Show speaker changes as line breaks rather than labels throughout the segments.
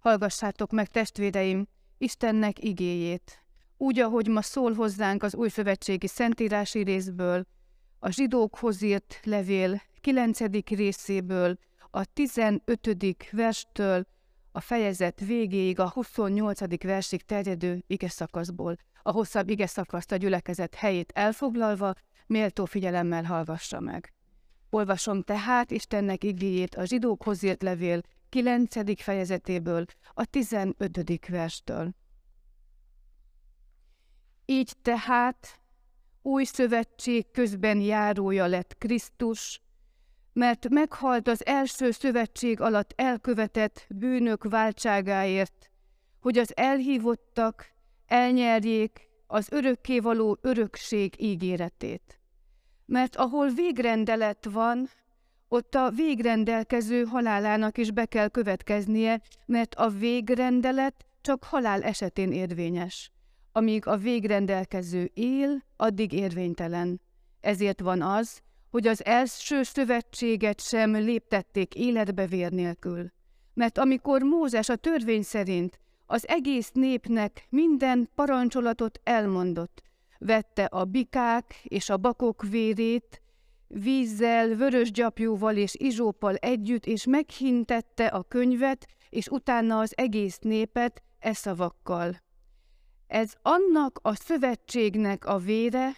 Hallgassátok meg, testvéreim, Istennek igéjét, úgy, ahogy ma szól hozzánk az újszövetségi szentírási részből, a zsidókhoz írt levél 9. részéből, a 15. verstől a fejezet végéig, a 28. versig terjedő igeszakaszból. A hosszabb igeszakaszt a gyülekezet helyét elfoglalva, méltó figyelemmel hallgassa meg. Olvasom tehát Istennek igéjét a zsidókhoz írt levél 9. fejezetéből, a 15. verstől. Így tehát új szövetség közben járója lett Krisztus, mert meghalt az első szövetség alatt elkövetett bűnök váltságáért, hogy az elhívottak elnyerjék az örökkévaló örökség ígéretét. Mert ahol végrendelet van, ott a végrendelkező halálának is be kell következnie, mert a végrendelet csak halál esetén érvényes. Amíg a végrendelkező él, addig érvénytelen. Ezért van az, hogy az első szövetséget sem léptették életbe vér nélkül. Mert amikor Mózes a törvény szerint az egész népnek minden parancsolatot elmondott, vette a bikák és a bakok vérét, vízzel, vörös gyapjúval és izsóppal együtt, és meghintette a könyvet, és utána az egész népet e szavakkal. Ez annak a szövetségnek a vére,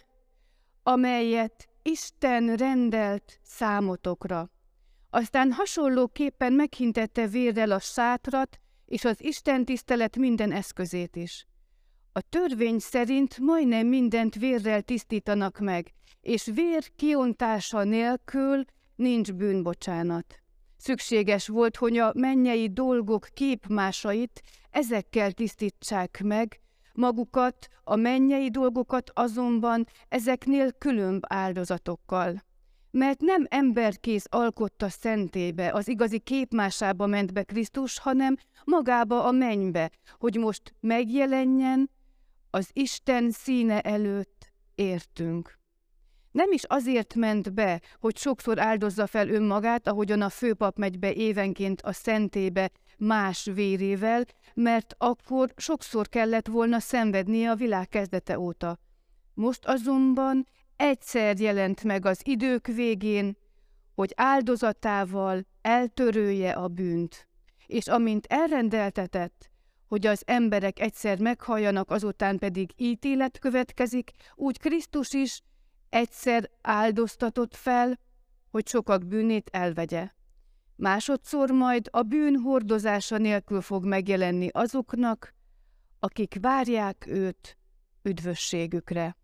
amelyet Isten rendelt számotokra. Aztán hasonlóképpen meghintette vérrel a sátrat, és az Isten tisztelet minden eszközét is. A törvény szerint majdnem mindent vérrel tisztítanak meg, és vér kiontása nélkül nincs bűnbocsánat. Szükséges volt, hogy a mennyei dolgok képmásait ezekkel tisztítsák meg, magukat, a mennyei dolgokat azonban ezeknél különb áldozatokkal. Mert nem emberkéz alkotta szentélybe, az igazi képmásába ment be Krisztus, hanem magába a mennybe, hogy most megjelenjen az Isten színe előtt értünk. Nem is azért ment be, hogy sokszor áldozza fel önmagát, ahogyan a főpap megy be évenként a szentélybe más vérével, mert akkor sokszor kellett volna szenvednie a világ kezdete óta. Most azonban egyszer jelent meg az idők végén, hogy áldozatával eltörölje a bűnt, és amint elrendeltetett, hogy az emberek egyszer meghalljanak, azután pedig ítélet következik, úgy Krisztus is egyszer áldoztatott fel, hogy sokak bűnét elvegye. Másodszor majd a bűn hordozása nélkül fog megjelenni azoknak, akik várják őt üdvösségükre.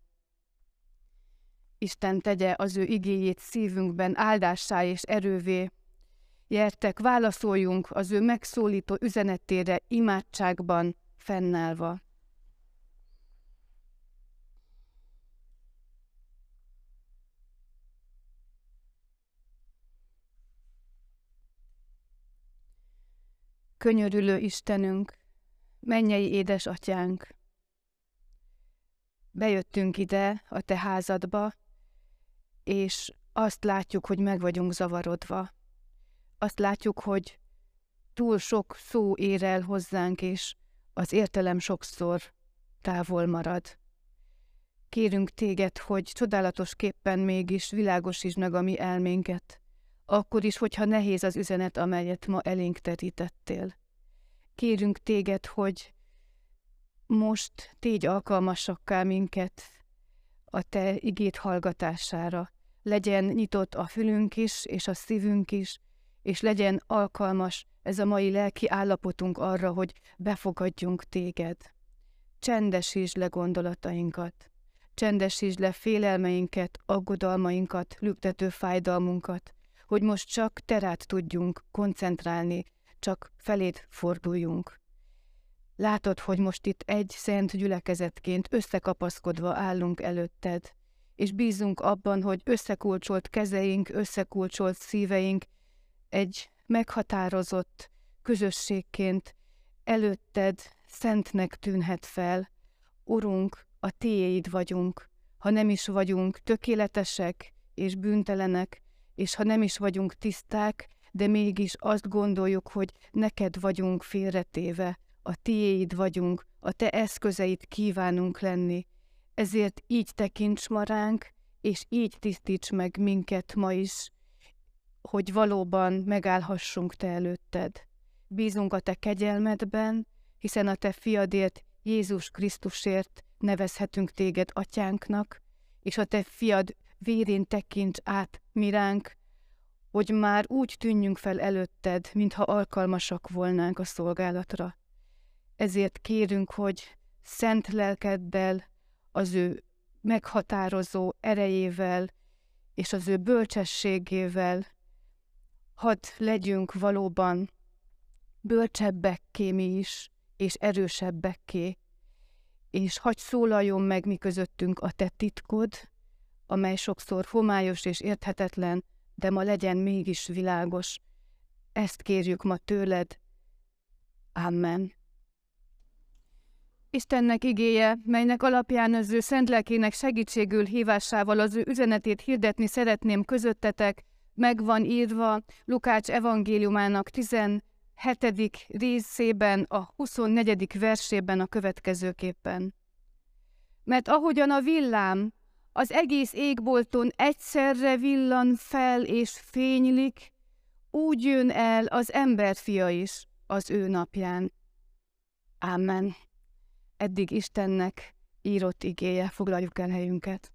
Isten tegye az ő igéjét szívünkben áldássá és erővé. Gyertek, válaszoljunk az ő megszólító üzenetére imádságban fennállva. Könyörülő Istenünk, mennyei édesatyánk, bejöttünk ide a te házadba, és azt látjuk, hogy meg vagyunk zavarodva. Azt látjuk, hogy túl sok szó ér el hozzánk, és az értelem sokszor távol marad. Kérünk téged, hogy csodálatosképpen mégis világosítsd meg a mi elménket, akkor is, hogyha nehéz az üzenet, amelyet ma elénk terítettél. Kérünk téged, hogy most tégy alkalmasakká minket a te igét hallgatására. Legyen nyitott a fülünk is, és a szívünk is, és legyen alkalmas ez a mai lelki állapotunk arra, hogy befogadjunk téged. Csendesítsd le gondolatainkat, csendesítsd le félelmeinket, aggodalmainkat, lüktető fájdalmunkat, hogy most csak te rád tudjunk koncentrálni, csak feléd forduljunk. Látod, hogy most itt egy szent gyülekezetként összekapaszkodva állunk előtted, és bízunk abban, hogy összekulcsolt kezeink, összekulcsolt szíveink egy meghatározott közösségként előtted szentnek tűnhet fel. Urunk, a tiéd vagyunk, ha nem is vagyunk tökéletesek és bűntelenek, és ha nem is vagyunk tiszták, de mégis azt gondoljuk, hogy neked vagyunk félretéve, a tiéd vagyunk, a te eszközeid kívánunk lenni. Ezért így tekints ma ránk, és így tisztíts meg minket ma is, hogy valóban megállhassunk te előtted. Bízunk a te kegyelmedben, hiszen a te fiadért, Jézus Krisztusért nevezhetünk téged atyánknak, és a te fiad vérén tekints át mi ránk, hogy már úgy tűnjünk fel előtted, mintha alkalmasak volnánk a szolgálatra. Ezért kérünk, hogy szent lelkeddel, az ő meghatározó erejével és az ő bölcsességével hadd legyünk valóban bölcsebbekké mi is, és erősebbekké, és hadd szólaljon meg mi közöttünk a te titkod, amely sokszor homályos és érthetetlen, de ma legyen mégis világos. Ezt kérjük ma tőled. Amen. Istennek igéje, melynek alapján az ő szent lelkének segítségül hívásával az ő üzenetét hirdetni szeretném közöttetek, meg van írva Lukács evangéliumának 17. részében, a 24. versében a következőképpen. Mert ahogyan a villám az egész égbolton egyszerre villan fel és fénylik, úgy jön el az emberfia is az ő napján. Amen. Eddig Istennek írott igéje, foglaljuk el helyünket.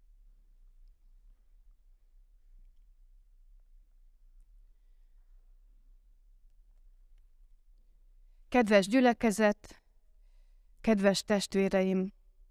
Kedves gyülekezet, kedves testvéreim!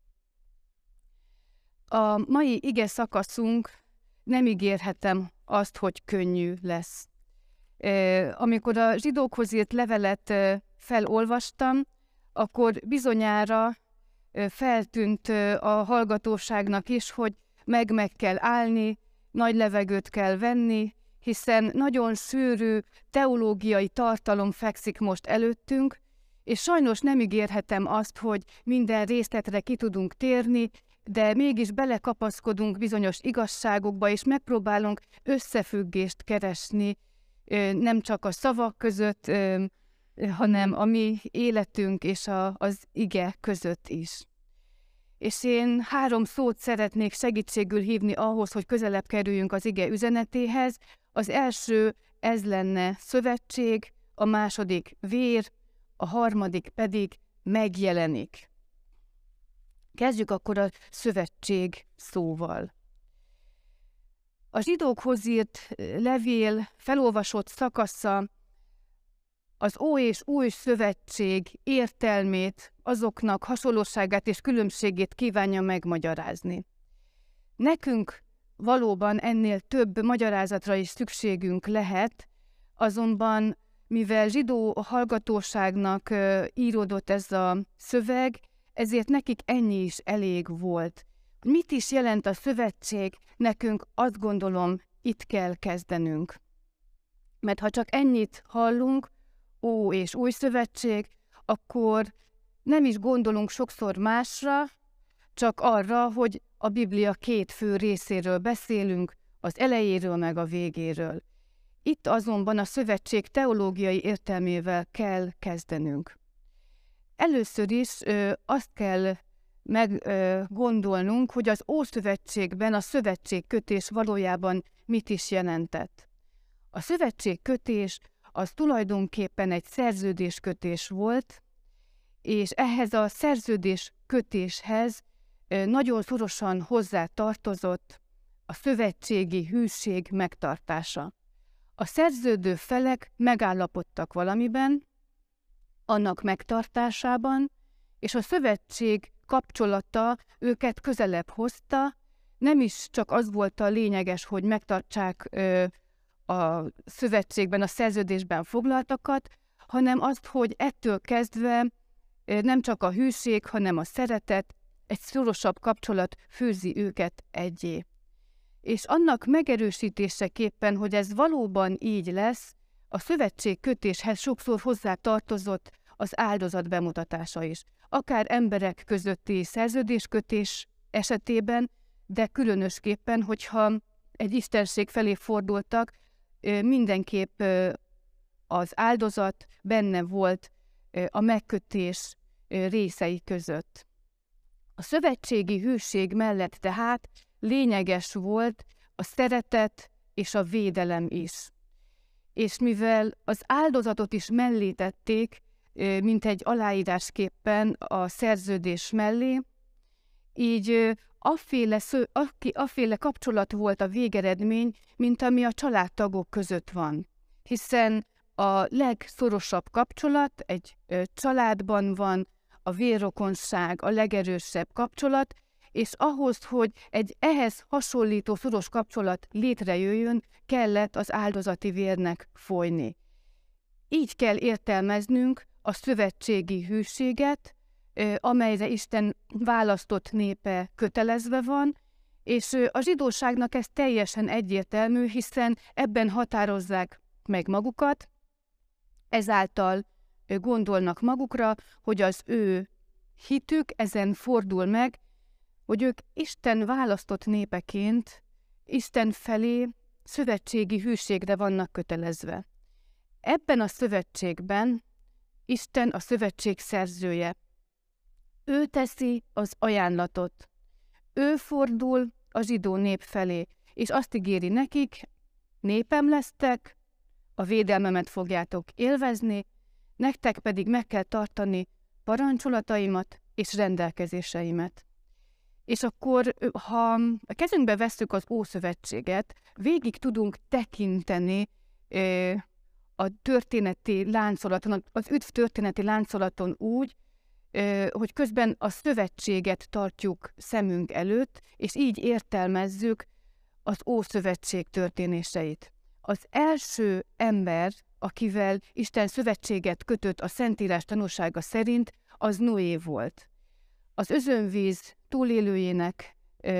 A mai ige szakaszunk, nem ígérhetem azt, hogy könnyű lesz. Amikor a zsidókhoz írt levelet felolvastam, akkor bizonyára feltűnt a hallgatóságnak is, hogy meg kell állni, nagy levegőt kell venni, hiszen nagyon sűrű teológiai tartalom fekszik most előttünk, és sajnos nem ígérhetem azt, hogy minden részletre ki tudunk térni, de mégis belekapaszkodunk bizonyos igazságokba, és megpróbálunk összefüggést keresni, nem csak a szavak között, hanem a mi életünk és az ige között is. És én 3 szót szeretnék segítségül hívni ahhoz, hogy közelebb kerüljünk az ige üzenetéhez. Az első, ez lenne szövetség, a második vér, a harmadik pedig megjelenik. Kezdjük akkor a szövetség szóval. A zsidókhoz írt levél felolvasott szakasza az Ó és Új Szövetség értelmét, azoknak hasonlóságát és különbségét kívánja megmagyarázni. Nekünk valóban ennél több magyarázatra is szükségünk lehet, azonban mivel zsidó hallgatóságnak íródott ez a szöveg, ezért nekik ennyi is elég volt. Mit is jelent a szövetség? Nekünk azt gondolom, itt kell kezdenünk. Mert ha csak ennyit hallunk, Ó és Új Szövetség, akkor nem is gondolunk sokszor másra, csak arra, hogy a Biblia 2 fő részéről beszélünk, az elejéről meg a végéről. Itt azonban a szövetség teológiai értelmével kell kezdenünk. Először is azt kell meggondolnunk, hogy az Ószövetségben a szövetségkötés valójában mit is jelentett. A szövetségkötés az tulajdonképpen egy szerződéskötés volt, és ehhez a szerződéskötéshez nagyon szorosan hozzá tartozott a szövetségi hűség megtartása. A szerződő felek megállapodtak valamiben, annak megtartásában, és a szövetség kapcsolata őket közelebb hozta, nem is csak az volt a lényeges, hogy megtartsák a szövetségben, a szerződésben foglaltakat, hanem azt, hogy ettől kezdve nem csak a hűség, hanem a szeretet, egy szorosabb kapcsolat fűzi őket egyé. És annak megerősítéseképpen, hogy ez valóban így lesz, a szövetségkötéshez sokszor hozzá tartozott az áldozat bemutatása is. Akár emberek közötti szerződéskötés esetében, de különösképpen, hogyha egy istenség felé fordultak, mindenképp az áldozat benne volt a megkötés részei között. A szövetségi hűség mellett tehát lényeges volt a szeretet és a védelem is. És mivel az áldozatot is mellé tették, mint egy aláírásképpen a szerződés mellé, így afféle kapcsolat volt a végeredmény, mint ami a családtagok között van. Hiszen a legszorosabb kapcsolat egy családban van, a vérrokonság a legerősebb kapcsolat, és ahhoz, hogy egy ehhez hasonlító szoros kapcsolat létrejöjjön, kellett az áldozati vérnek folyni. Így kell értelmeznünk a szövetségi hűséget, amelyre Isten választott népe kötelezve van, és a zsidóságnak ez teljesen egyértelmű, hiszen ebben határozzák meg magukat, ezáltal gondolnak magukra, hogy az ő hitük ezen fordul meg, hogy ők Isten választott népeként Isten felé szövetségi hűségre vannak kötelezve. Ebben a szövetségben Isten a szövetség szerzője. Ő teszi az ajánlatot. Ő fordul a zsidó nép felé, és azt ígéri nekik, népem lesztek, a védelmemet fogjátok élvezni, nektek pedig meg kell tartani parancsolataimat és rendelkezéseimet. És akkor, ha a kezünkbe vesszük az Ószövetséget, végig tudunk tekinteni a történeti láncolaton, az üdv történeti láncolaton úgy, hogy közben a szövetséget tartjuk szemünk előtt, és így értelmezzük az Ószövetség történéseit. Az első ember, akivel Isten szövetséget kötött a Szentírás tanúsága szerint, az Noé volt. Az özönvíz túlélőjének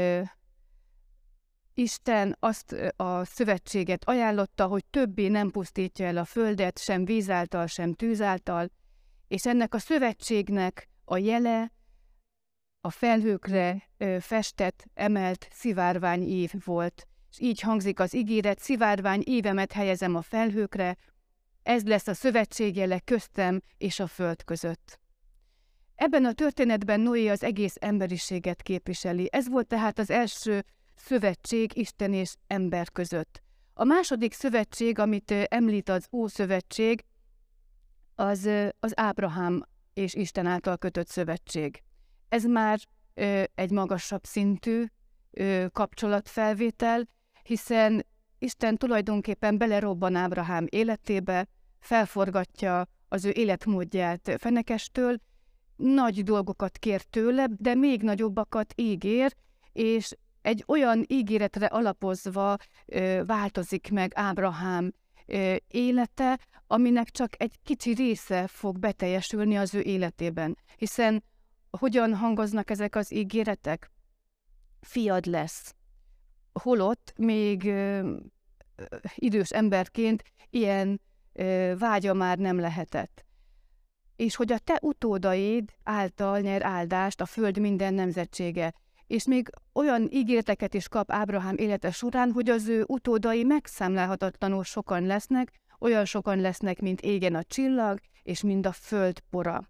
Isten azt a szövetséget ajánlotta, hogy többé nem pusztítja el a földet, sem víz által, sem tűz által, és ennek a szövetségnek a jele a felhőkre festett, emelt szivárvány ív volt. És így hangzik az ígéret, szivárvány ívemet helyezem a felhőkre, ez lesz a szövetségjele köztem és a föld között. Ebben a történetben Noé az egész emberiséget képviseli. Ez volt tehát az első szövetség Isten és ember között. A második szövetség, amit említ az Ószövetség, az Ábrahám és Isten által kötött szövetség. Ez már egy magasabb szintű kapcsolatfelvétel, hiszen Isten tulajdonképpen belerobban Ábrahám életébe, felforgatja az ő életmódját fenekestől, nagy dolgokat kér tőle, de még nagyobbakat ígér, és egy olyan ígéretre alapozva változik meg Ábrahám élete, aminek csak egy kicsi része fog beteljesülni az ő életében. Hiszen hogyan hangoznak ezek az ígéretek? Fiad lesz. Holott még idős emberként ilyen vágya már nem lehetett. És hogy a te utódaid által nyer áldást a föld minden nemzetsége. És még olyan ígéreteket is kap Ábrahám élete során, hogy az ő utódai megszámlálhatatlanul sokan lesznek, olyan sokan lesznek, mint égen a csillag, és mind a föld pora.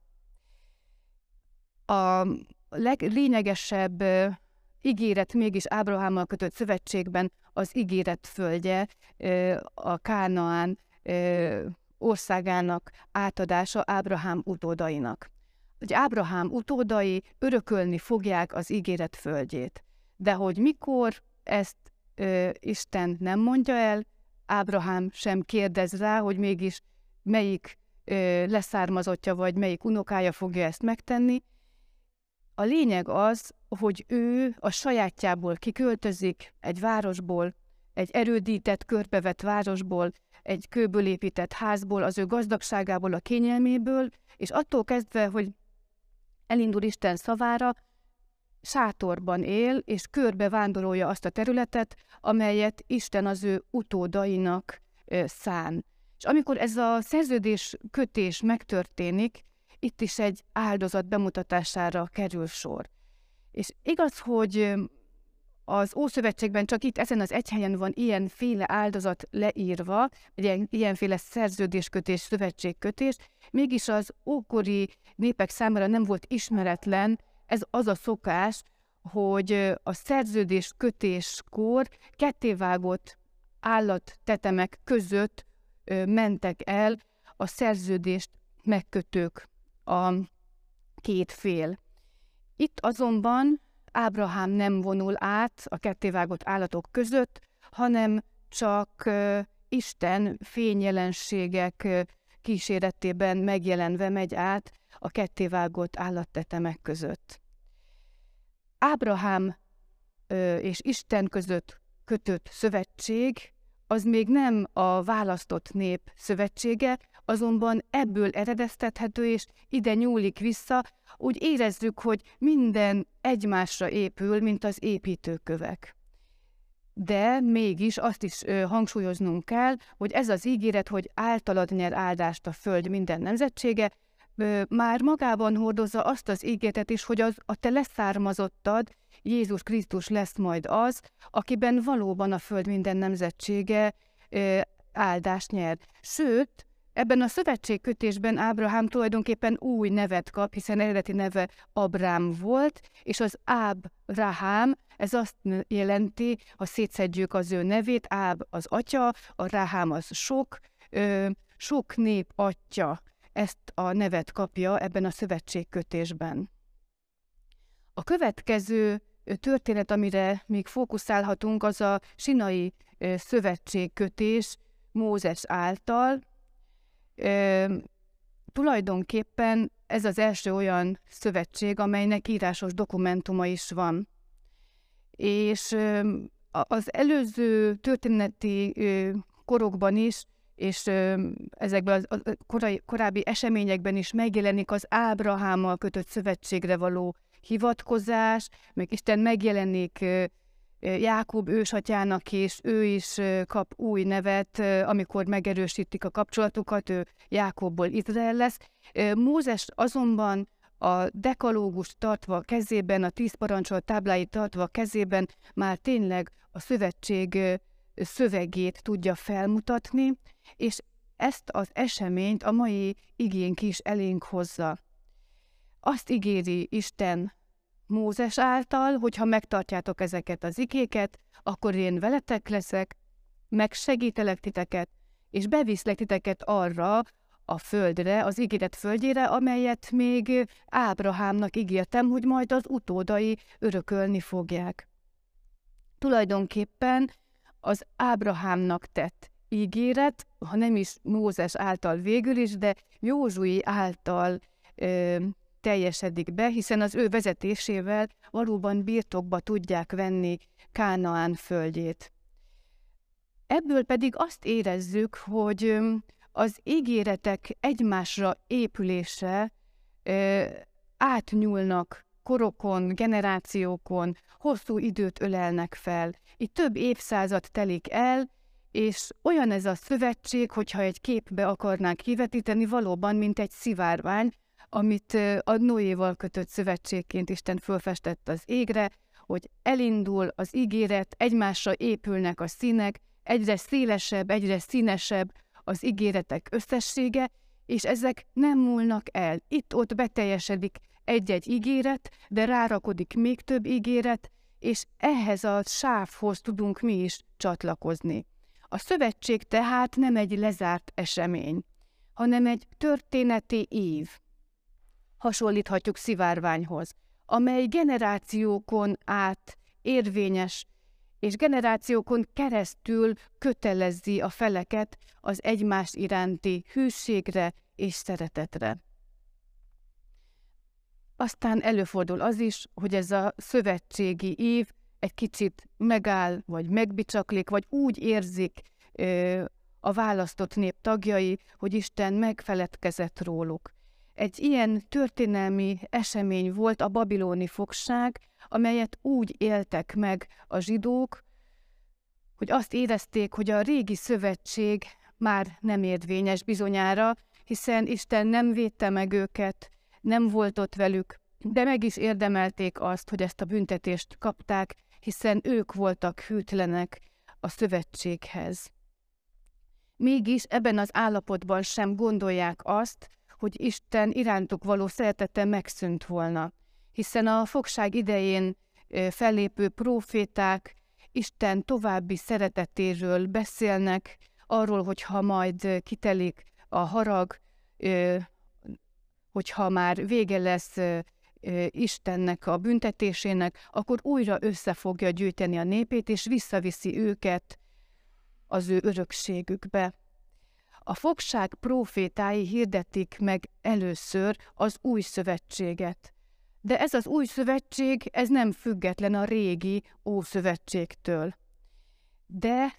A leglényegesebb ígéret mégis Ábrahámmal kötött szövetségben az ígéret földje, a Kánaán országának átadása Ábrahám utódainak. Hogy Ábrahám utódai örökölni fogják az ígéret földjét. De hogy mikor, ezt Isten nem mondja el, Ábrahám sem kérdez rá, hogy mégis melyik leszármazottja vagy melyik unokája fogja ezt megtenni. A lényeg az, hogy ő a sajátjából kiköltözik egy városból, egy erődített, körbevett városból, egy kőből épített házból, az ő gazdagságából, a kényelméből, és attól kezdve, hogy elindul Isten szavára, sátorban él, és körbe vándorolja azt a területet, amelyet Isten az ő utódainak szán. És amikor ez a szerződés kötés megtörténik, itt is egy áldozat bemutatására kerül sor. És igaz, hogy Az Ószövetségben csak itt ezen az egy helyen van ilyenféle áldozat leírva, ilyenféle szerződéskötés, szövetségkötés, mégis az ókori népek számára nem volt ismeretlen ez az a szokás, hogy a szerződéskötéskor kettévágott állattetemek között mentek el a szerződést megkötők, a két fél. Itt azonban Ábrahám nem vonul át a kettévágott állatok között, hanem csak Isten fényjelenségek kíséretében megjelenve megy át a kettévágott állattetemek között. Ábrahám és Isten között kötött szövetség, az még nem a választott nép szövetsége, azonban ebből eredeztethető, és ide nyúlik vissza, úgy érezzük, hogy minden egymásra épül, mint az építőkövek. De mégis azt is hangsúlyoznunk kell, hogy ez az ígéret, hogy általad nyer áldást a föld minden nemzetsége, már magában hordozza azt az ígéretet is, hogy a te leszármazottad, Jézus Krisztus lesz majd az, akiben valóban a föld minden nemzetsége áldást nyer. Sőt, ebben a szövetségkötésben Ábrahám tulajdonképpen új nevet kap, hiszen eredeti neve Abrám volt, és az Ábrahám, ez azt jelenti, ha szétszedjük az ő nevét, Áb az atya, a Ráhám az sok nép atya, ezt a nevet kapja ebben a szövetségkötésben. A következő történet, amire még fókuszálhatunk, az a sinai szövetségkötés Mózes által. Tulajdonképpen ez az első olyan szövetség, amelynek írásos dokumentuma is van. És az előző történeti korokban is, és ezekben a korábbi eseményekben is megjelenik az Ábrahámmal kötött szövetségre való hivatkozás, meg Isten megjelenik Jákob ősatyának, és ő is kap új nevet, amikor megerősítik a kapcsolatukat, ő Jákobból Izrael lesz. Mózes azonban a dekalógust tartva kezében, a 10 parancsolat tábláit tartva kezében már tényleg a szövetség szövegét tudja felmutatni, és ezt az eseményt a mai igénk is elénk hozza. Azt ígéri Isten Mózes által, hogy ha megtartjátok ezeket az igéket, akkor én veletek leszek, megsegítelek titeket, és beviszlek titeket arra a földre, az ígéret földjére, amelyet még Ábrahámnak ígértem, hogy majd az utódai örökölni fogják. Tulajdonképpen az Ábrahámnak tett ígéret, ha nem is Mózes által végül is, de Józsui által teljesedik be, hiszen az ő vezetésével valóban birtokba tudják venni Kánaán földjét. Ebből pedig azt érezzük, hogy az ígéretek egymásra épülése átnyúlnak korokon, generációkon, hosszú időt ölelnek fel. Itt több évszázad telik el, és olyan ez a szövetség, hogyha egy képbe akarnánk kivetíteni, valóban, mint egy szivárvány, amit a Noéval kötött szövetségként Isten fölfestett az égre, hogy elindul az ígéret, egymásra épülnek a színek, egyre szélesebb, egyre színesebb az ígéretek összessége, és ezek nem múlnak el. Itt-ott beteljesedik egy-egy ígéret, de rárakodik még több ígéret, és ehhez a sávhoz tudunk mi is csatlakozni. A szövetség tehát nem egy lezárt esemény, hanem egy történeti ív. Hasonlíthatjuk szivárványhoz, amely generációkon át érvényes, és generációkon keresztül kötelezi a feleket az egymás iránti hűségre és szeretetre. Aztán előfordul az is, hogy ez a szövetségi ív egy kicsit megáll, vagy megbicsaklik, vagy úgy érzik a választott nép tagjai, hogy Isten megfeledkezett róluk. Egy ilyen történelmi esemény volt a babiloni fogság, amelyet úgy éltek meg a zsidók, hogy azt érezték, hogy a régi szövetség már nem érvényes bizonyára, hiszen Isten nem védte meg őket, nem volt ott velük, de meg is érdemelték azt, hogy ezt a büntetést kapták, hiszen ők voltak hűtlenek a szövetséghez. Mégis ebben az állapotban sem gondolják azt, hogy Isten irántuk való szeretete megszűnt volna, hiszen a fogság idején fellépő próféták Isten további szeretetéről beszélnek, arról, hogyha majd kitelik a harag, hogyha már vége lesz Istennek a büntetésének, akkor újra össze fogja gyűjteni a népét, és visszaviszi őket az ő örökségükbe. A fogság prófétái hirdetik meg először az új szövetséget. De ez az új szövetség, ez nem független a régi ószövetségtől. De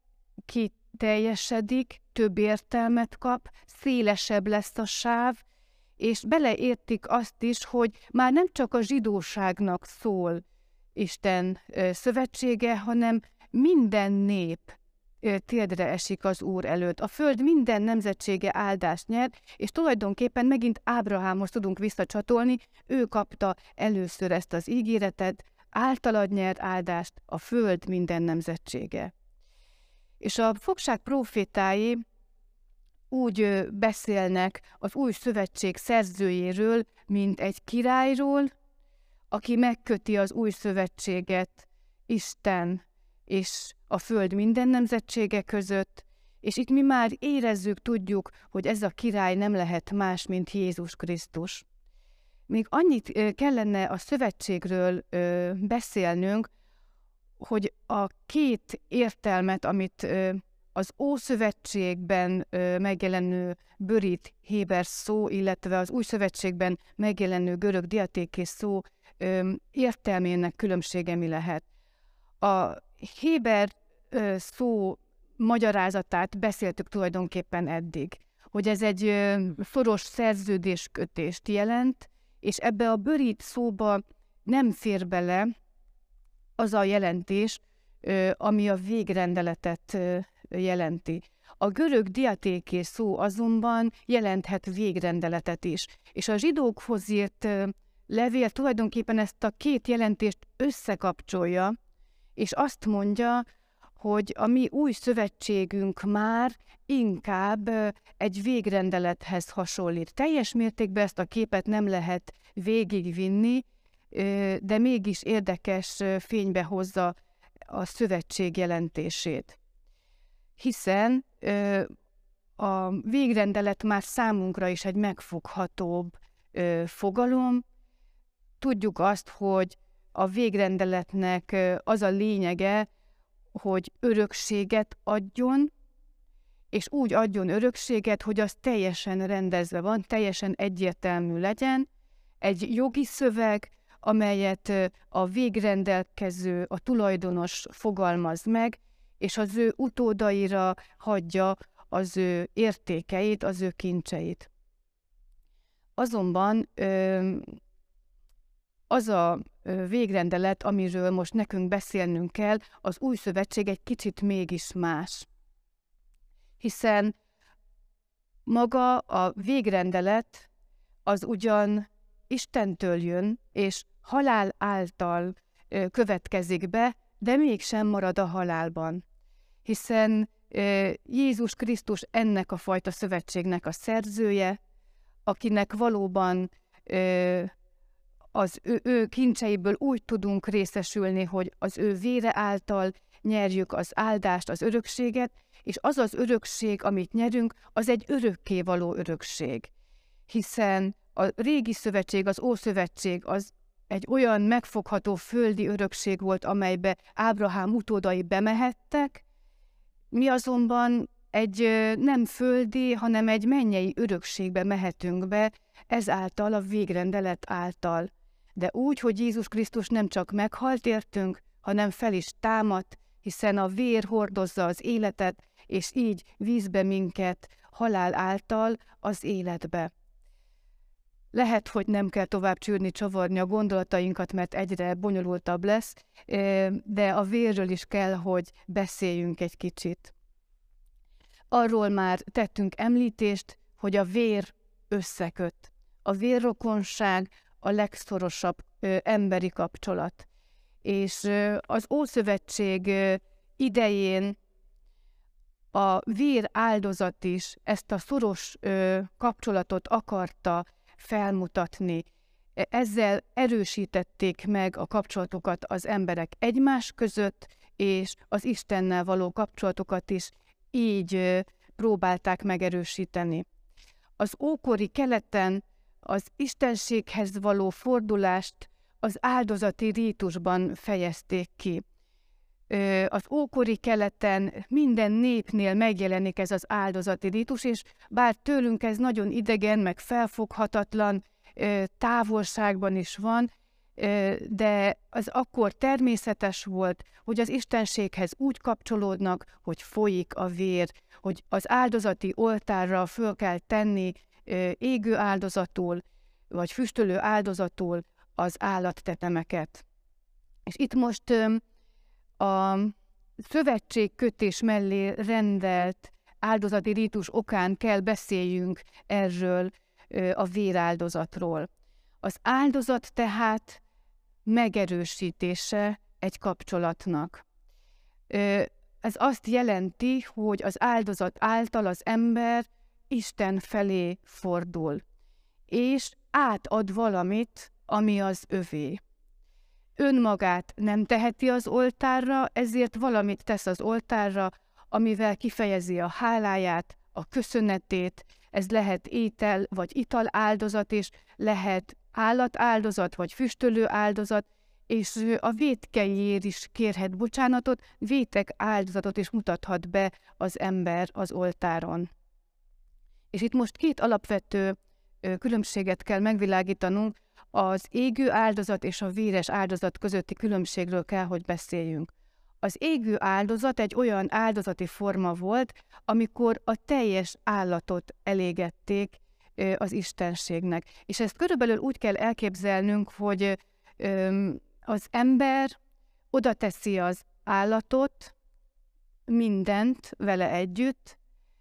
kiteljesedik, több értelmet kap, szélesebb lesz a sáv, és beleértik azt is, hogy már nem csak a zsidóságnak szól Isten szövetsége, hanem minden nép térdre esik az Úr előtt. A föld minden nemzetsége áldást nyer, és tulajdonképpen megint Ábrahámhoz tudunk visszacsatolni, ő kapta először ezt az ígéretet, általad nyert áldást a föld minden nemzetsége. És a fogság prófétái úgy beszélnek az új szövetség szerzőjéről, mint egy királyról, aki megköti az új szövetséget Isten és a föld minden nemzetsége között, és itt mi már érezzük, tudjuk, hogy ez a király nem lehet más, mint Jézus Krisztus. Még annyit kellene a szövetségről beszélnünk, hogy a két értelmet, amit az Ószövetségben megjelenő börit héber szó, illetve az Új Szövetségben megjelenő görög diatékés szó értelmének különbsége mi lehet. A héber szó magyarázatát beszéltük tulajdonképpen eddig, hogy ez egy szoros szerződéskötést jelent, és ebbe a börit szóba nem fér bele az a jelentés, ami a végrendeletet jelenti. A görög diatékés szó azonban jelenthet végrendeletet is, és a zsidókhoz írt levél tulajdonképpen ezt a két jelentést összekapcsolja, és azt mondja, hogy a mi új szövetségünk már inkább egy végrendelethez hasonlít. Teljes mértékben ezt a képet nem lehet végigvinni, de mégis érdekes fénybe hozza a szövetség jelentését. Hiszen a végrendelet már számunkra is egy megfoghatóbb fogalom. Tudjuk azt, hogy a végrendeletnek az a lényege, hogy örökséget adjon, és úgy adjon örökséget, hogy az teljesen rendezve van, teljesen egyértelmű legyen, egy jogi szöveg, amelyet a végrendelkező, a tulajdonos fogalmaz meg, és az ő utódaira hagyja az ő értékeit, az ő kincseit. Azonban az a végrendelet, amiről most nekünk beszélnünk kell, az új szövetség egy kicsit mégis más. Hiszen maga a végrendelet az ugyan Istentől jön, és halál által következik be, de mégsem marad a halálban. Hiszen Jézus Krisztus ennek a fajta szövetségnek a szerzője, akinek valóban az ő kincseiből úgy tudunk részesülni, hogy az ő vére által nyerjük az áldást, az örökséget, és az az örökség, amit nyerünk, az egy örökkévaló örökség. Hiszen a régi szövetség, az Ószövetség az egy olyan megfogható földi örökség volt, amelybe Ábrahám utódai bemehettek, mi azonban egy nem földi, hanem egy mennyei örökségbe mehetünk be, ezáltal a végrendelet által. De úgy, hogy Jézus Krisztus nem csak meghalt értünk, hanem fel is támadt, hiszen a vér hordozza az életet, és így víz be minket halál által az életbe. Lehet, hogy nem kell tovább csűrni, csavarni a gondolatainkat, mert egyre bonyolultabb lesz, de a vérről is kell, hogy beszéljünk egy kicsit. Arról már tettünk említést, hogy a vér összeköt. A vérrokonság a legszorosabb emberi kapcsolat. És az Ószövetség idején a vér áldozat is ezt a szoros kapcsolatot akarta felmutatni. Ezzel erősítették meg a kapcsolatokat az emberek egymás között, és az Istennel való kapcsolatokat is így próbálták megerősíteni. Az ókori keleten az istenséghez való fordulást az áldozati rítusban fejezték ki. Az ókori keleten minden népnél megjelenik ez az áldozati rítus, és bár tőlünk ez nagyon idegen, meg felfoghatatlan, távolságban is van, de az akkor természetes volt, hogy az istenséghez úgy kapcsolódnak, hogy folyik a vér, hogy az áldozati oltárra föl kell tenni égő áldozatul, vagy füstölő áldozatul az állattetemeket. És itt most a szövetségkötés mellé rendelt áldozati rítus okán kell beszéljünk erről a véráldozatról. Az áldozat tehát megerősítése egy kapcsolatnak. Ez azt jelenti, hogy az áldozat által az ember Isten felé fordul, és átad valamit, ami az övé. Önmagát nem teheti az oltárra, ezért valamit tesz az oltárra, amivel kifejezi a háláját, a köszönetét. Ez lehet étel vagy ital áldozat is, lehet állatáldozat vagy füstölő áldozat, és a vétkeiért is kérhet bocsánatot, vétek áldozatot is mutathat be az ember az oltáron. És itt most két alapvető különbséget kell megvilágítanunk, az égő áldozat és a véres áldozat közötti különbségről kell, hogy beszéljünk. Az égő áldozat egy olyan áldozati forma volt, amikor a teljes állatot elégették az istenségnek. És ezt körülbelül úgy kell elképzelnünk, hogy az ember oda teszi az állatot, mindent vele együtt,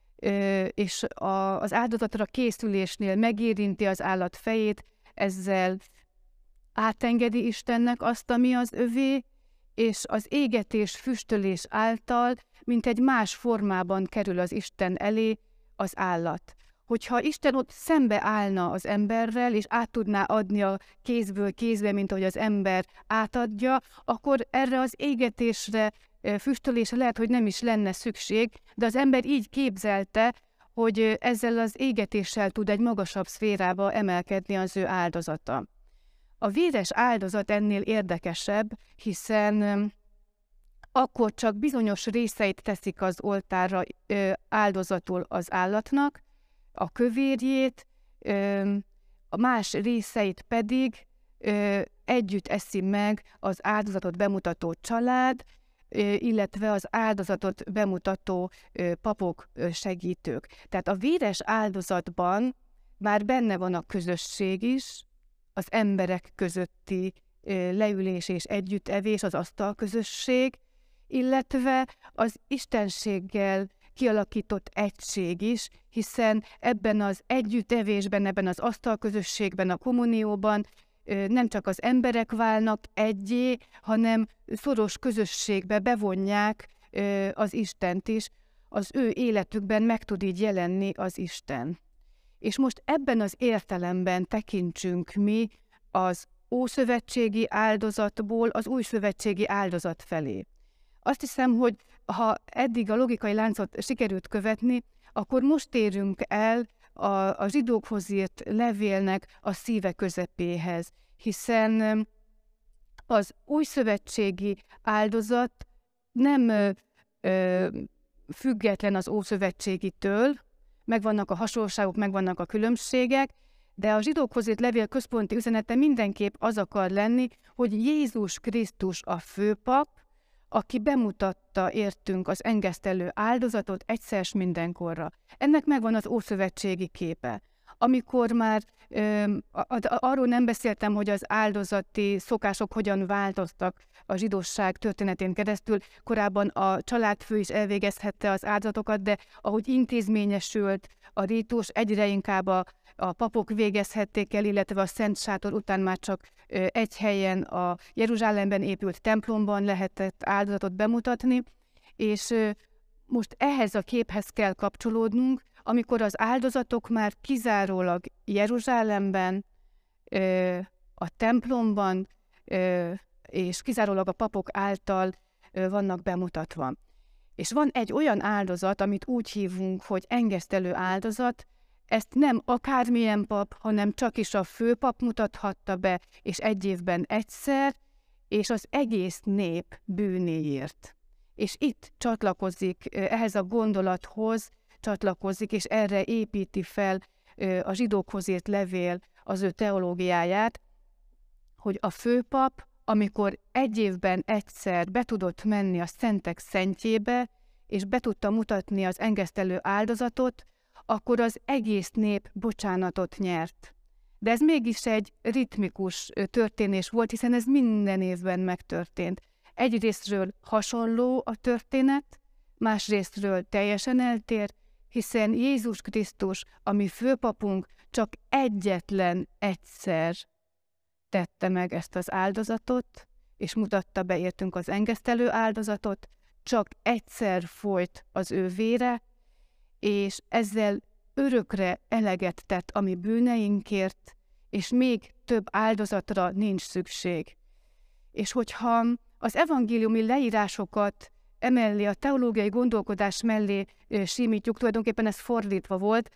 és az áldozatra készülésnél megérinti az állat fejét, ezzel átengedi Istennek azt, ami az övé, és az égetés, füstölés által, mint egy más formában kerül az Isten elé az állat. Hogyha Isten ott szembe állna az emberrel, és át tudná adni a kézből kézbe, mint ahogy az ember átadja, akkor erre az égetésre, füstölésre lehet, hogy nem is lenne szükség, de az ember így képzelte, hogy ezzel az égetéssel tud egy magasabb szférába emelkedni az ő áldozata. A véres áldozat ennél érdekesebb, hiszen akkor csak bizonyos részeit teszik az oltárra áldozatul az állatnak, a kövérjét, a más részeit pedig együtt eszi meg az áldozatot bemutató család, illetve az áldozatot bemutató papok, segítők. Tehát a véres áldozatban már benne van a közösség is, az emberek közötti leülés és együttevés, az asztalközösség, illetve az istenséggel kialakított egység is, hiszen ebben az együttevésben, ebben az asztalközösségben, a kommunióban nem csak az emberek válnak egyé, hanem szoros közösségbe bevonják az Istent is, az ő életükben meg tud így jelenni az Isten. És most ebben az értelemben tekintsünk mi az ószövetségi áldozatból az újszövetségi áldozat felé. Azt hiszem, hogy ha eddig a logikai láncot sikerült követni, akkor most térünk el a zsidókhoz írt levélnek a szíve közepéhez, hiszen az újszövetségi áldozat nem független az ószövetségitől, megvannak a hasonlóságok, megvannak a különbségek, de a zsidókhoz írt levél központi üzenete mindenképp az akar lenni, hogy Jézus Krisztus a főpap, aki bemutatta értünk az engesztelő áldozatot egyszer s mindenkorra. Ennek megvan az ószövetségi képe. Amikor már arról nem beszéltem, hogy az áldozati szokások hogyan változtak a zsidóság történetén keresztül, korábban a családfő is elvégezhette az áldozatokat, de ahogy intézményesült a rítus, egyre inkább a a papok végezhették el, illetve a Szent Sátor után már csak egy helyen, a Jeruzsálemben épült templomban lehetett áldozatot bemutatni, és most ehhez a képhez kell kapcsolódnunk, amikor az áldozatok már kizárólag Jeruzsálemben, a templomban, és kizárólag a papok által vannak bemutatva. És van egy olyan áldozat, amit úgy hívunk, hogy engesztelő áldozat, ezt nem akármilyen pap, hanem csak is a főpap mutathatta be, és egy évben egyszer, és az egész nép bűnéért. És itt csatlakozik, ehhez a gondolathoz csatlakozik, és erre építi fel a zsidókhoz írt levél az ő teológiáját, hogy a főpap, amikor egy évben egyszer be tudott menni a szentek szentjébe, és be tudta mutatni az engesztelő áldozatot, akkor az egész nép bocsánatot nyert. De ez mégis egy ritmikus történés volt, hiszen ez minden évben megtörtént. Egyrésztről hasonló a történet, másrésztről teljesen eltér, hiszen Jézus Krisztus, a mi főpapunk, csak egyetlen egyszer tette meg ezt az áldozatot, és mutatta be értünk az engesztelő áldozatot, csak egyszer folyt az ő vére, és ezzel örökre eleget tett a mi bűneinkért, és még több áldozatra nincs szükség. És hogyha az evangéliumi leírásokat emellé, a teológiai gondolkodás mellé simítjuk, tulajdonképpen ez fordítva volt,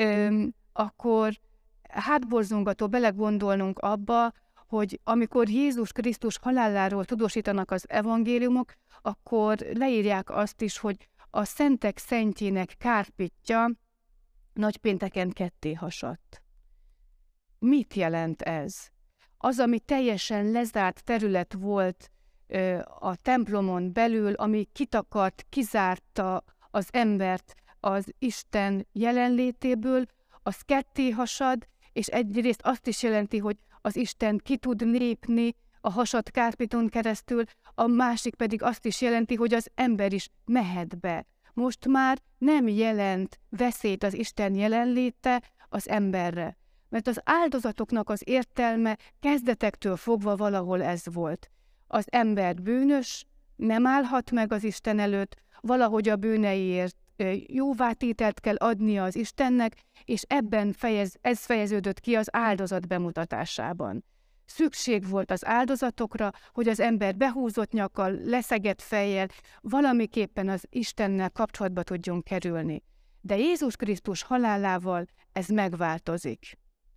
akkor hátborzongató belegondolnunk abba, hogy amikor Jézus Krisztus haláláról tudósítanak az evangéliumok, akkor leírják azt is, hogy a szentek szentjének kárpitja nagypénteken ketté hasadt. Mit jelent ez? Az, ami teljesen lezárt terület volt a templomon belül, ami kitakart, kizárta az embert az Isten jelenlétéből, az ketté hasad, és egyrészt azt is jelenti, hogy az Isten ki tud lépni a hasadt kárpiton keresztül, a másik pedig azt is jelenti, hogy az ember is mehet be. Most már nem jelent veszélyt az Isten jelenléte az emberre, mert az áldozatoknak az értelme kezdetektől fogva valahol ez volt. Az ember bűnös, nem állhat meg az Isten előtt, valahogy a bűneiért jóvátételt kell adnia az Istennek, és ebben ez fejeződött ki az áldozat bemutatásában. Szükség volt az áldozatokra, hogy az ember behúzott nyakkal, leszegett fejjel, valamiképpen az Istennel kapcsolatba tudjon kerülni. De Jézus Krisztus halálával ez megváltozik.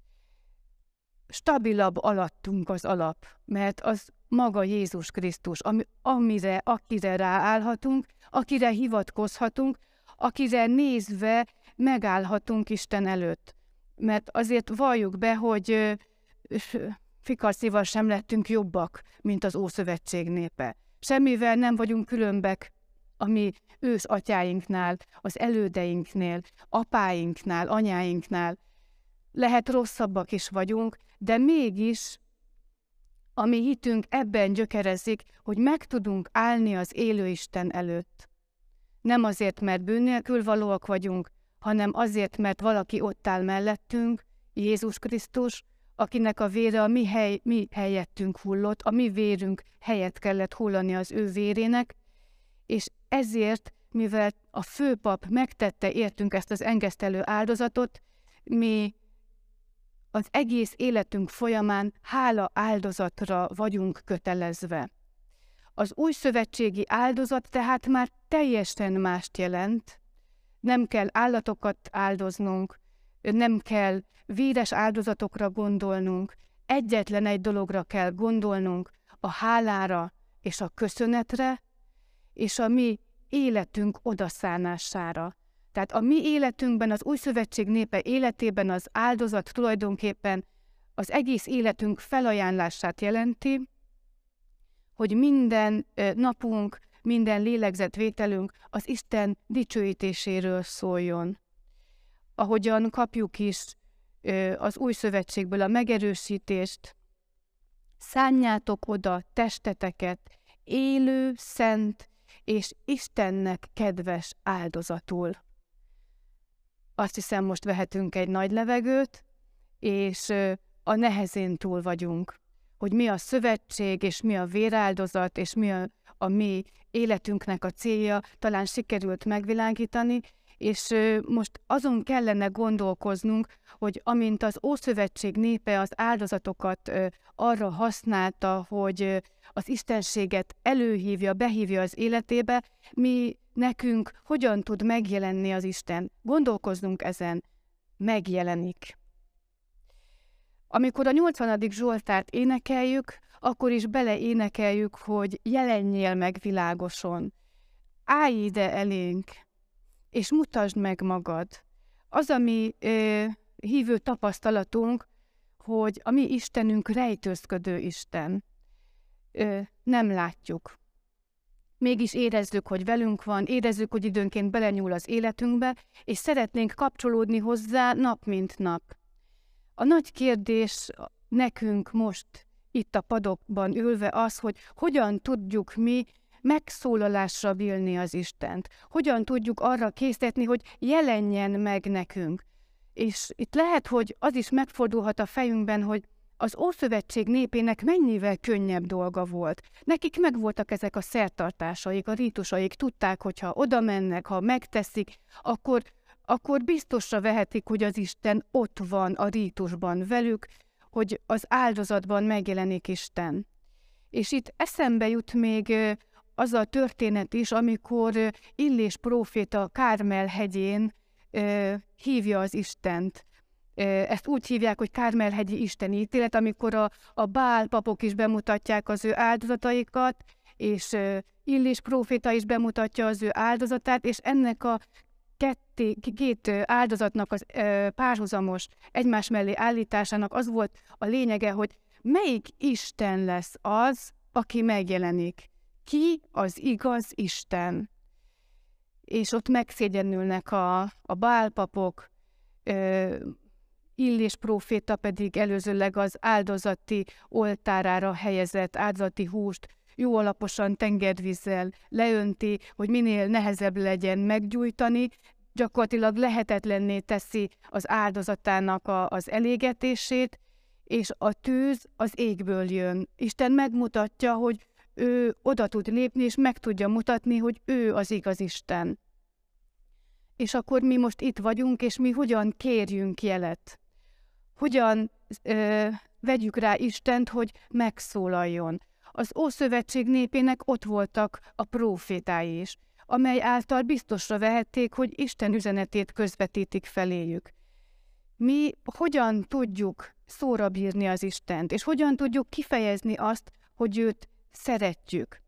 Stabilabb alattunk az alap, mert az maga Jézus Krisztus, akire ráállhatunk, akire hivatkozhatunk, akire nézve megállhatunk Isten előtt. Mert azért valljuk be, hogy fikarcéval sem lettünk jobbak, mint az Ószövetség népe. Semmivel nem vagyunk különbek a mi ős atyáinknál, az elődeinknél, apáinknál, anyáinknál. Lehet rosszabbak is vagyunk, de mégis a mi hitünk ebben gyökerezik, hogy meg tudunk állni az élő Isten előtt. Nem azért, mert bűn nélkül valóak vagyunk, hanem azért, mert valaki ott áll mellettünk, Jézus Krisztus, akinek a vére a mi helyettünk hullott, a mi vérünk helyett kellett hullani az ő vérének, és ezért, mivel a főpap megtette értünk ezt az engesztelő áldozatot, mi az egész életünk folyamán hála áldozatra vagyunk kötelezve. Az újszövetségi áldozat tehát már teljesen mást jelent. Nem kell állatokat áldoznunk, nem kell véres áldozatokra gondolnunk, egyetlen egy dologra kell gondolnunk, a hálára és a köszönetre, és a mi életünk odaszánására. Tehát a mi életünkben, az Újszövetség népe életében az áldozat tulajdonképpen az egész életünk felajánlását jelenti, hogy minden napunk, minden lélegzetvételünk az Isten dicsőítéséről szóljon. Ahogyan kapjuk is az Újszövetségből a megerősítést, szánjátok oda testeteket élő, szent és Istennek kedves áldozatul. Azt hiszem, most vehetünk egy nagy levegőt, és a nehezén túl vagyunk. Hogy mi a szövetség, és mi a véráldozat, és mi a mi életünknek a célja, talán sikerült megvilágítani, és most azon kellene gondolkoznunk, hogy amint az Ószövetség népe az áldozatokat arra használta, hogy az istenséget előhívja, behívja az életébe, mi nekünk hogyan tud megjelenni az Isten. Gondolkozzunk ezen, megjelenik. Amikor a 80. Zsoltárt énekeljük, akkor is beleénekeljük, hogy jelenjél meg világoson. Állj ide elénk, és mutasd meg magad. Az a mi hívő tapasztalatunk, hogy a mi Istenünk rejtőzködő Isten. Nem látjuk. Mégis érezzük, hogy velünk van, érezzük, hogy időnként belenyúl az életünkbe, és szeretnénk kapcsolódni hozzá nap mint nap. A nagy kérdés nekünk most itt a padokban ülve az, hogy hogyan tudjuk mi megszólalásra bírni az Istent. Hogyan tudjuk arra késztetni, hogy jelenjen meg nekünk. És itt lehet, hogy az is megfordulhat a fejünkben, hogy az Ószövetség népének mennyivel könnyebb dolga volt. Nekik megvoltak ezek a szertartásaik, a rítusaik, tudták, hogy ha oda mennek, ha megteszik, akkor biztosra vehetik, hogy az Isten ott van a rítusban velük, hogy az áldozatban megjelenik Isten. És itt eszembe jut még az a történet is, amikor Illés próféta Kármel hegyén hívja az Istent. Ezt úgy hívják, hogy Kármel-hegyi isteni ítélet, amikor a Bál papok is bemutatják az ő áldozataikat, és Illés próféta is bemutatja az ő áldozatát, és ennek a két áldozatnak az párhuzamos egymás mellé állításának az volt a lényege, hogy melyik Isten lesz az, aki megjelenik. Ki az igaz Isten? És ott megszégyenülnek a Bál papok, Illés próféta pedig előzőleg az áldozati oltárára helyezett áldozati húst jó alaposan tengervízzel leönti, hogy minél nehezebb legyen meggyújtani, gyakorlatilag lehetetlenné teszi az áldozatának az elégetését, és a tűz az égből jön. Isten megmutatja, hogy ő oda tud lépni, és meg tudja mutatni, hogy ő az igaz Isten. És akkor mi most itt vagyunk, és mi hogyan kérjünk jelet? Hogyan vegyük rá Istent, hogy megszólaljon? Az Ószövetség népének ott voltak a prófétái is, amely által biztosra vehették, hogy Isten üzenetét közvetítik feléjük. Mi hogyan tudjuk szóra bírni az Istent, és hogyan tudjuk kifejezni azt, hogy őt szeretjük?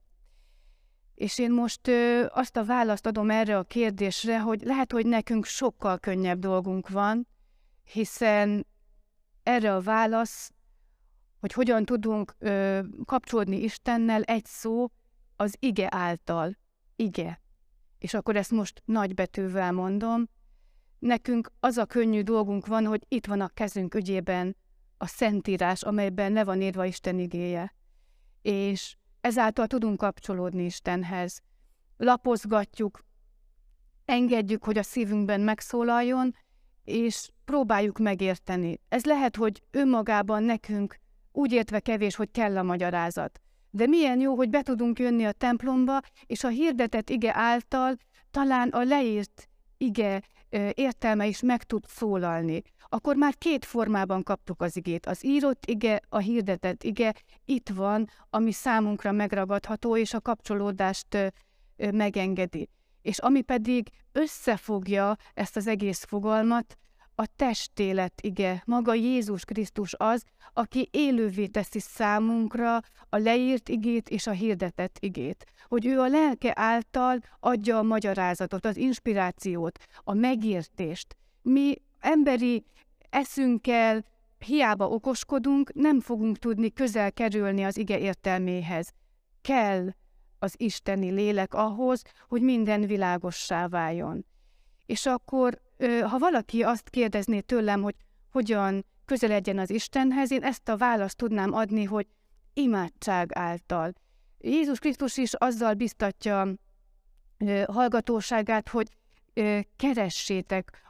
És én most azt a választ adom erre a kérdésre, hogy lehet, hogy nekünk sokkal könnyebb dolgunk van, hiszen erre a válasz, hogy hogyan tudunk kapcsolódni Istennel, egy szó, az ige által. Ige. És akkor ezt most nagybetűvel mondom. Nekünk az a könnyű dolgunk van, hogy itt van a kezünk ügyében a Szentírás, amelyben le van írva Isten igéje. És ezáltal tudunk kapcsolódni Istenhez. Lapozgatjuk, engedjük, hogy a szívünkben megszólaljon, és próbáljuk megérteni. Ez lehet, hogy önmagában nekünk úgy értve kevés, hogy kell a magyarázat. De milyen jó, hogy be tudunk jönni a templomba, és a hirdetett ige által talán a leírt ige értelme is meg tud szólalni. Akkor már két formában kaptuk az igét. Az írott ige, a hirdetett ige itt van, ami számunkra megragadható, és a kapcsolódást megengedi. És ami pedig összefogja ezt az egész fogalmat, a testélet ige, maga Jézus Krisztus az, aki élővé teszi számunkra a leírt igét és a hirdetett igét. Hogy ő a lelke által adja a magyarázatot, az inspirációt, a megértést. Mi emberi eszünkkel hiába okoskodunk, nem fogunk tudni közel kerülni az ige értelméhez. Kell az isteni lélek ahhoz, hogy minden világossá váljon. És akkor, ha valaki azt kérdezné tőlem, hogy hogyan közeledjen az Istenhez, én ezt a választ tudnám adni, hogy imádság által. Jézus Krisztus is azzal biztatja hallgatóságát, hogy keressétek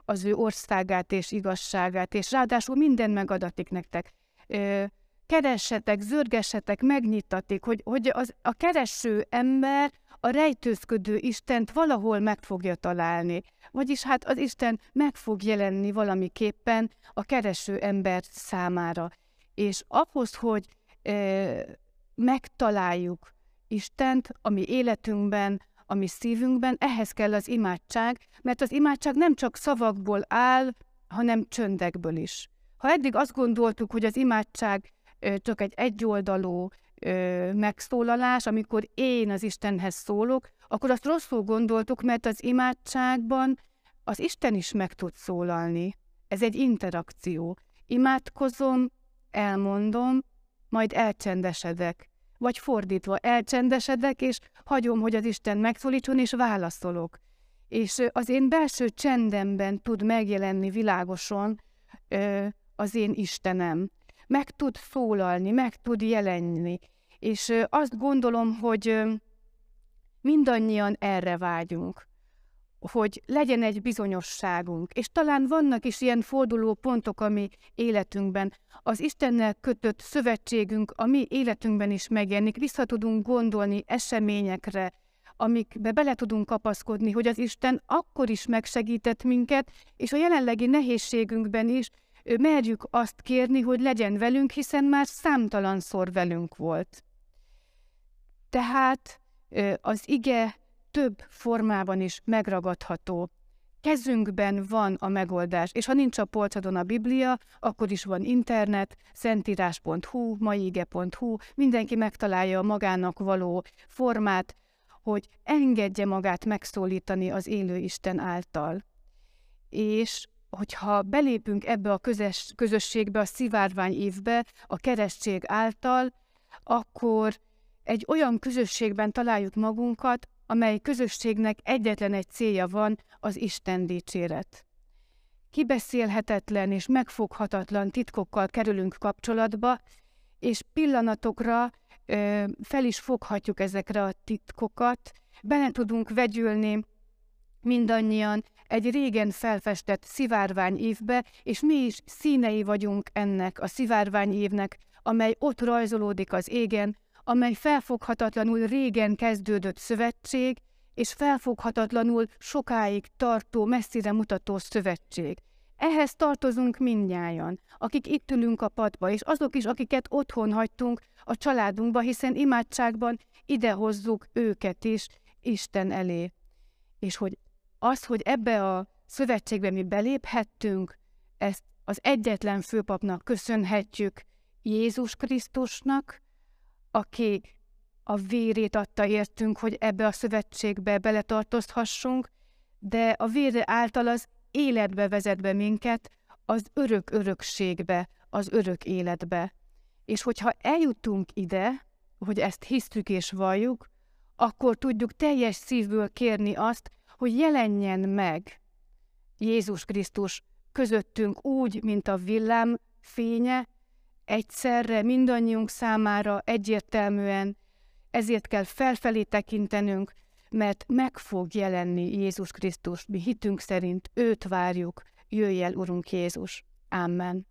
az ő országát és igazságát, és ráadásul minden megadatik nektek. Keressetek, zörgessetek, megnyitatik, hogy a kereső ember a rejtőzködő Istent valahol meg fogja találni. Vagyis hát az Isten meg fog jelenni valamiképpen a kereső ember számára. És ahhoz, hogy megtaláljuk Istent a mi életünkben, a mi szívünkben, ehhez kell az imádság, mert az imádság nem csak szavakból áll, hanem csöndekből is. Ha eddig azt gondoltuk, hogy az imádság csak egy egyoldalú megszólalás, amikor én az Istenhez szólok, akkor azt rosszul gondoltuk, mert az imádságban az Isten is meg tud szólalni. Ez egy interakció. Imádkozom, elmondom, majd elcsendesedek. Vagy fordítva, elcsendesedek, és hagyom, hogy az Isten megszólítson, és válaszolok. És az én belső csendemben tud megjelenni világosan az én Istenem. Meg tud szólalni, meg tud jelenni. És azt gondolom, hogy mindannyian erre vágyunk, hogy legyen egy bizonyosságunk. És talán vannak is ilyen forduló pontok a mi életünkben. Az Istennel kötött szövetségünk a mi életünkben is megjelenik. Vissza tudunk gondolni eseményekre, amikbe bele tudunk kapaszkodni, hogy az Isten akkor is megsegített minket, és a jelenlegi nehézségünkben is merjük azt kérni, hogy legyen velünk, hiszen már számtalanszor velünk volt. Tehát az ige több formában is megragadható. Kezünkben van a megoldás, és ha nincs a polcodon a Biblia, akkor is van internet, szentírás.hu, maiige.hu, mindenki megtalálja a magának való formát, hogy engedje magát megszólítani az élő Isten által. És hogyha belépünk ebbe a közösségbe, a szivárvány évbe, a keresztség által, akkor egy olyan közösségben találjuk magunkat, amely közösségnek egyetlen egy célja van, az Isten dicséret. Kibeszélhetetlen és megfoghatatlan titkokkal kerülünk kapcsolatba, és pillanatokra fel is foghatjuk ezekre a titkokat, bele tudunk vegyülni mindannyian egy régen felfestett szivárványívbe, és mi is színei vagyunk ennek a szivárványívnek, amely ott rajzolódik az égen, amely felfoghatatlanul régen kezdődött szövetség, és felfoghatatlanul sokáig tartó, messzire mutató szövetség. Ehhez tartozunk mindnyájan, akik itt ülünk a padba, és azok is, akiket otthon hagytunk a családunkba, hiszen imádságban idehozzuk őket is Isten elé. És hogy ebbe a szövetségbe mi beléphettünk, ezt az egyetlen főpapnak köszönhetjük, Jézus Krisztusnak, aki a vérét adta értünk, hogy ebbe a szövetségbe beletartozhassunk, de a vére által az életbe vezet be minket, az örök örökségbe, az örök életbe. És hogyha eljutunk ide, hogy ezt hisztük és valljuk, akkor tudjuk teljes szívből kérni azt, hogy jelenjen meg Jézus Krisztus közöttünk úgy, mint a villám fénye, egyszerre mindannyiunk számára egyértelműen, ezért kell felfelé tekintenünk, mert meg fog jelenni Jézus Krisztus. Mi hitünk szerint őt várjuk, jöjj el, Urunk Jézus. Amen.